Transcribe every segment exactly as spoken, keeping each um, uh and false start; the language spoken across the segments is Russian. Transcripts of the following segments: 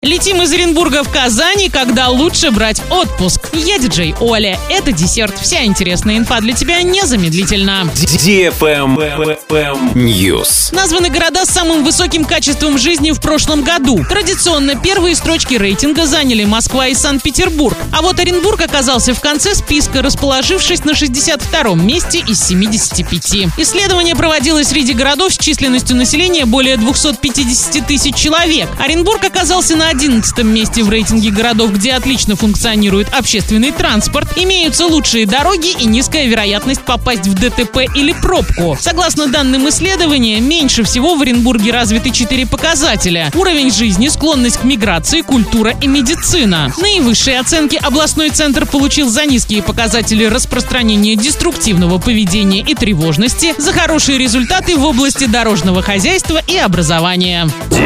Летим из Оренбурга в Казань, когда лучше брать отпуск. Я диджей Оля. Это десерт. Вся интересная инфа для тебя незамедлительно. News. Названы города с самым высоким качеством жизни в прошлом году. Традиционно первые строчки рейтинга заняли Москва и Санкт-Петербург. А вот Оренбург оказался в конце списка, расположившись на шестьдесят втором месте из семидесяти пяти. Исследование проводилось среди городов с численностью населения более двухсот пятидесяти тысяч человек. Оренбург оказался на одиннадцатом месте в рейтинге городов, где отлично функционирует общественный транспорт, имеются лучшие дороги и низкая вероятность попасть в ДТП или пробку. Согласно данным исследования, меньше всего в Оренбурге развиты четыре показателя: уровень жизни, склонность к миграции, культура и медицина. Наивысшие оценки областной центр получил за низкие показатели распространения деструктивного поведения и тревожности, за хорошие результаты в области дорожного хозяйства и образования.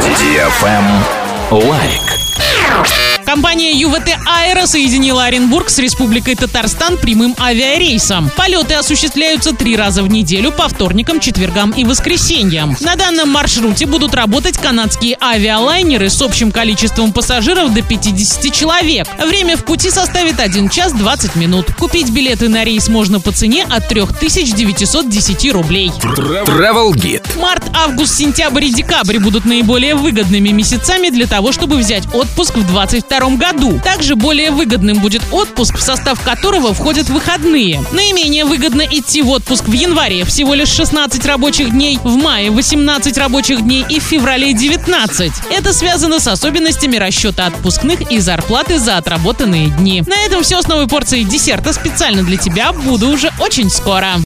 Лайк. Компания ю вэ тэ Аэро соединила Оренбург с Республикой Татарстан прямым авиарейсом. Полеты осуществляются три раза в неделю по вторникам, четвергам и воскресеньям. На данном маршруте будут работать канадские авиалайнеры с общим количеством пассажиров до пятидесяти человек. Время в пути составит один час двадцать минут. Купить билеты на рейс можно по цене от трёх тысяч девятисот десяти рублей. Travel Guide. Март, август, сентябрь и декабрь будут наиболее выгодными месяцами для того, чтобы взять отпуск в двадцать втором году. Также более выгодным будет отпуск, в состав которого входят выходные. Наименее выгодно идти в отпуск в январе, всего лишь шестнадцать рабочих дней, в мае восемнадцать рабочих дней и в феврале девятнадцать. Это связано с особенностями расчета отпускных и зарплаты за отработанные дни. На этом все с новой порцией десерта специально для тебя. Буду уже очень скоро.